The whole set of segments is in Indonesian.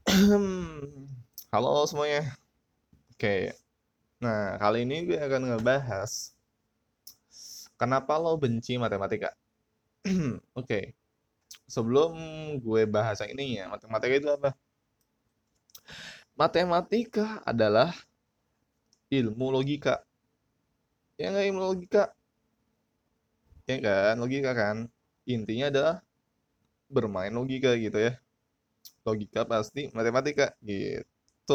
Halo semuanya. Oke. Nah, kali ini gue akan ngebahas kenapa lo benci matematika. Oke. Sebelum gue bahas yang ini ya, matematika itu apa? Matematika adalah ilmu logika. Ya nggak ilmu logika? Ya kan, logika kan. Intinya adalah bermain logika gitu ya. Logika pasti matematika gitu.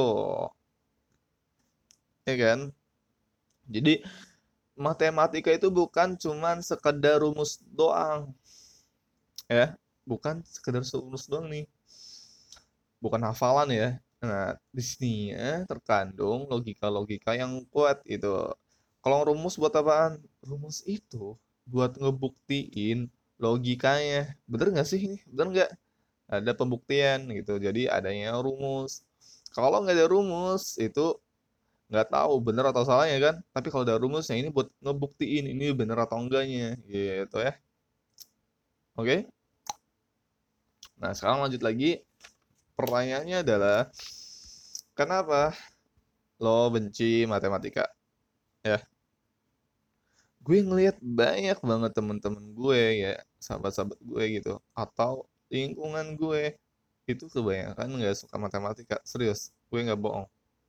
Ya kan? Jadi matematika itu bukan cuman sekedar rumus doang ya, bukan sekedar rumus doang nih, bukan hafalan ya. Nah, di sini ya terkandung logika-logika yang kuat itu. Kalau rumus buat apaan? Rumus itu buat ngebuktiin logikanya. Bener nggak sih ini? Bener nggak? Ada pembuktian gitu. Jadi adanya rumus. Kalau nggak ada rumus itu nggak tahu bener atau salahnya kan. Tapi kalau ada rumusnya ini buat ngebuktiin ini bener atau enggaknya gitu ya. Oke? Nah, sekarang lanjut lagi. Pertanyaannya adalah kenapa lo benci matematika? Ya, gue ngelihat banyak banget temen-temen gue ya, sahabat-sahabat gue gitu, atau lingkungan gue itu kebanyakan nggak suka matematika. Serius, gue nggak bohong.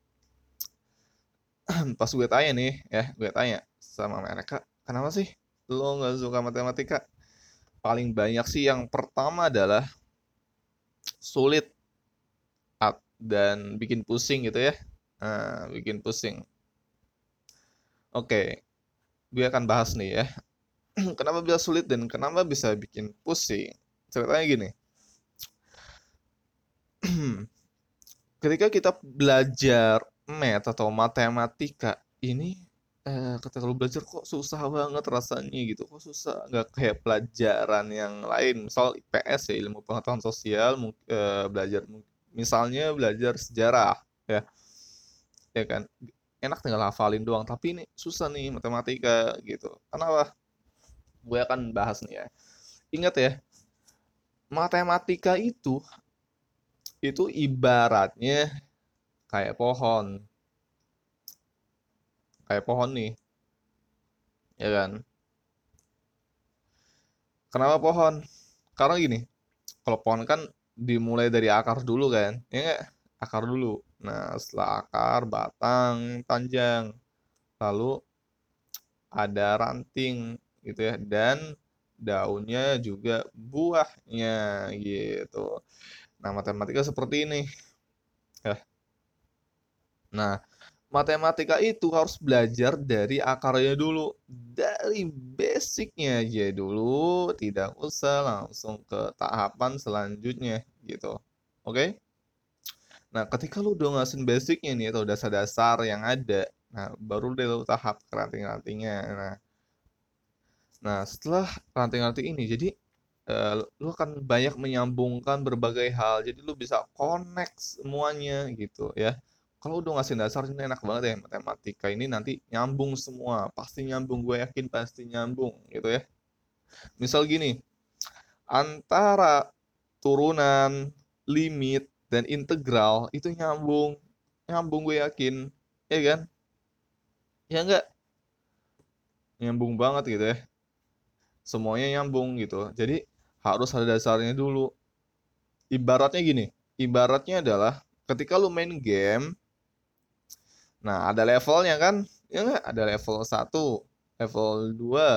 Pas gue tanya nih, ya, gue tanya sama mereka, kenapa sih lo nggak suka matematika? Paling banyak sih yang pertama adalah sulit dan bikin pusing gitu ya. Nah, bikin pusing. Oke, gue akan bahas nih ya. Kenapa bisa sulit dan kenapa bisa bikin pusing? Ceritanya gini, ketika kita belajar math atau matematika ini, ketika lu belajar kok susah banget rasanya gitu, kok susah, nggak kayak pelajaran yang lain, misal IPS ya, ilmu pengetahuan sosial, belajar misalnya belajar sejarah, ya, ya kan, enak tinggal hafalin doang, tapi ini susah nih matematika gitu. Kenapa? Gue akan bahas nih ya. Ingat ya, matematika itu ibaratnya kayak pohon, kayak pohon nih, ya kan? Kenapa pohon? Karena gini, kalau pohon kan dimulai dari akar dulu kan, ya nggak? Akar dulu. Nah, setelah akar, batang, panjang, lalu ada ranting gitu ya, dan daunnya juga buahnya gitu. Nah, matematika seperti ini. Ya. Nah, matematika itu harus belajar dari akarnya dulu, dari basicnya aja dulu, tidak usah langsung ke tahapan selanjutnya gitu. Oke? Nah, ketika lu udah ngasihin basicnya nih atau dasar-dasar yang ada, nah baru deh lu tahap ke ranting-rantingnya. Nah, setelah ranting-ranting ini, jadi lu akan banyak menyambungkan berbagai hal. Jadi lu bisa connect semuanya gitu ya. Kalau udah ngasih dasar ini enak banget ya, matematika ini nanti nyambung semua, pasti nyambung, gue yakin pasti nyambung gitu ya. Misal gini, antara turunan, limit, dan integral itu nyambung. Nyambung gue yakin. Ya kan? Ya enggak? Nyambung banget gitu ya. Semuanya nyambung gitu. Jadi harus ada dasarnya dulu. Ibaratnya gini, ibaratnya adalah ketika lu main game, nah ada levelnya kan? Ya enggak? Ada level 1, level 2,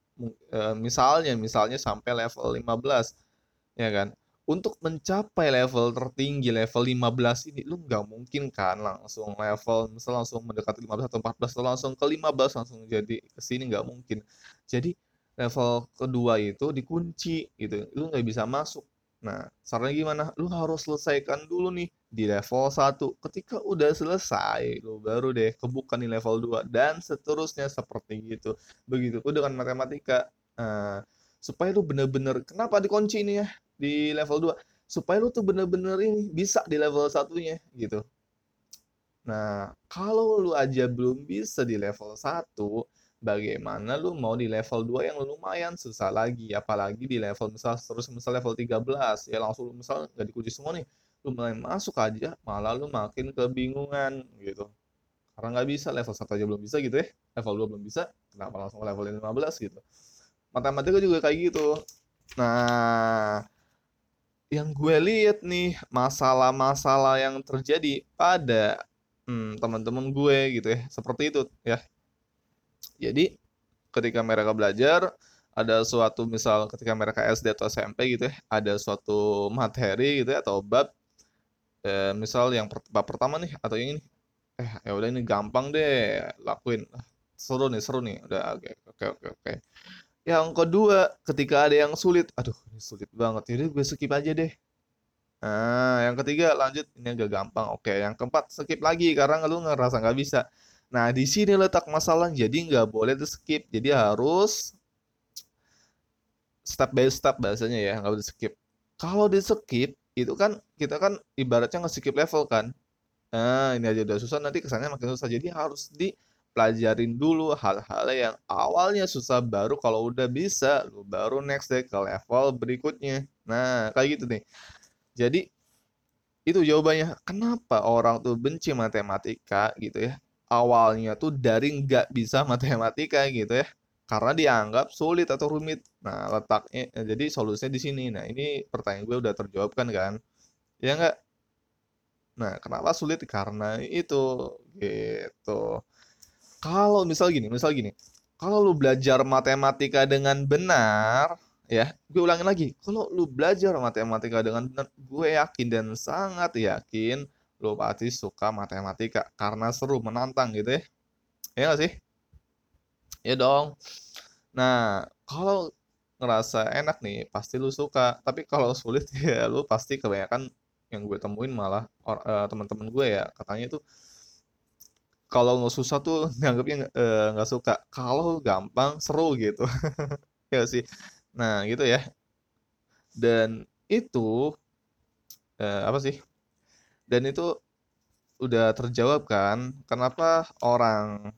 misalnya sampai level 15, ya kan? Untuk mencapai level tertinggi, level 15 ini, lu nggak mungkin kan langsung level, misal langsung mendekati 15 atau 14, atau langsung ke 15, langsung jadi ke sini, nggak mungkin. Jadi level kedua itu dikunci gitu, lu nggak bisa masuk. Nah, sarannya gimana? Lu harus selesaikan dulu nih di level 1. Ketika udah selesai, lu baru deh kebuka nih level 2 dan seterusnya seperti gitu. Begitupun dengan matematika. Nah, supaya lu bener-bener, kenapa dikunci ini ya di level 2? Supaya lu tuh bener-bener ini bisa di level satunya gitu. Nah, kalau lu aja belum bisa di level 1, bagaimana lu mau di level 2 yang lumayan susah lagi, apalagi di level misal terus misal level 13, ya langsung misal nggak dikunci semua nih. lu mulai masuk aja malah lu makin kebingungan gitu. Karena nggak bisa, level 1 aja belum bisa gitu ya. Level 2 belum bisa, kenapa langsung ke level 15 gitu. Matematika juga kayak gitu. Nah, yang gue lihat nih masalah-masalah yang terjadi pada teman-teman gue gitu ya, seperti itu ya. Jadi ketika mereka belajar ada suatu misal ketika mereka SD atau SMP gitu ya, ada suatu materi gitu ya atau bab misal yang bab pertama nih atau yang ini ya udah ini gampang deh lakuin. Ah, seru nih udah oke oke oke oke. Yang kedua ketika ada yang sulit, aduh ini sulit banget jadi gue skip aja deh. Nah, yang ketiga lanjut ini agak gampang. Oke, yang keempat skip lagi karena lu ngerasa nggak bisa. Nah, di sini letak masalah. Jadi nggak boleh di skip. Jadi harus step by step bahasanya ya, nggak boleh skip. Kalau di skip itu kan kita kan ibaratnya nge-skip level kan. Nah, ini aja udah susah nanti kesannya makin susah. Jadi harus dipelajarin dulu hal-hal yang awalnya susah baru kalau udah bisa lu baru next deh ke level berikutnya. Nah, kayak gitu nih. Jadi itu jawabannya. Kenapa orang tuh benci matematika gitu ya? Awalnya tuh dari nggak bisa matematika gitu ya. Karena dianggap sulit atau rumit. Nah, letaknya jadi solusinya di sini. Nah, ini pertanyaan gue udah terjawabkan kan? Ya nggak? Nah, kenapa sulit? Karena itu gitu. Misal gini, kalau lu belajar matematika dengan benar, ya, gue ulangin lagi, kalau lu belajar matematika dengan benar, gue yakin dan sangat yakin lu pasti suka matematika karena seru, menantang gitu ya. Ya nggak sih? Ya dong. Nah, kalau ngerasa enak nih, pasti lu suka. Tapi kalau sulit ya lu pasti kebanyakan yang gue temuin malah teman-teman gue ya katanya tuh kalau nggak susah tuh dianggapnya nggak suka. Kalau gampang seru gitu. Ya sih. Nah, gitu ya. Dan itu apa sih? Dan itu udah terjawab kan? Kenapa orang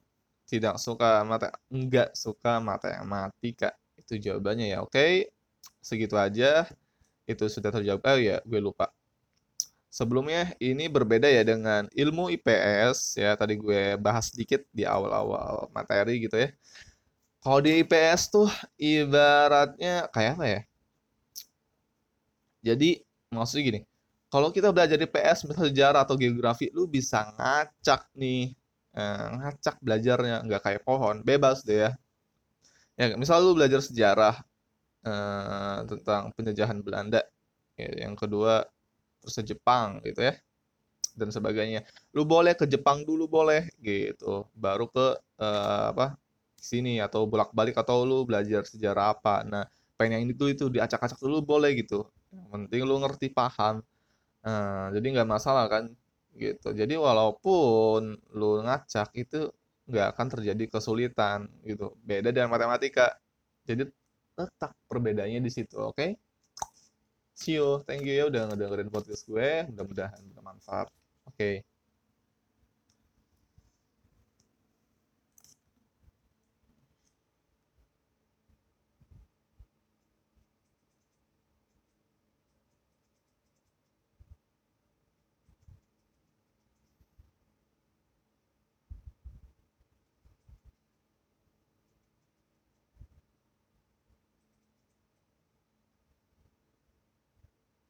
nggak suka matematika? Itu jawabannya ya. Oke, segitu aja. Itu sudah terjawab. Oh ya, gue lupa. Sebelumnya ini berbeda ya dengan ilmu IPS ya. Tadi gue bahas sedikit di awal-awal materi gitu ya. Kalau di IPS tuh ibaratnya kayak apa ya? Jadi maksudnya gini, kalau kita belajar di PS misal sejarah atau geografi, lu bisa ngacak nih, ngacak belajarnya, nggak kayak pohon, bebas deh ya. Ya, misal lu belajar sejarah tentang penjajahan Belanda, ya, yang kedua terus Jepang gitu ya, dan sebagainya. Lu boleh ke Jepang dulu boleh gitu, baru ke apa sini atau bolak-balik atau lu belajar sejarah apa. Nah, pengen yang itu diacak-acak dulu boleh gitu. Yang penting lu ngerti paham. Nah, jadi nggak masalah kan gitu. Jadi walaupun lu ngacak itu nggak akan terjadi kesulitan gitu. Beda dengan matematika. Jadi letak perbedaannya di situ, oke? Okay? See you, thank you ya udah ngedengerin podcast gue. Mudah-mudahan bermanfaat. Oke. Okay.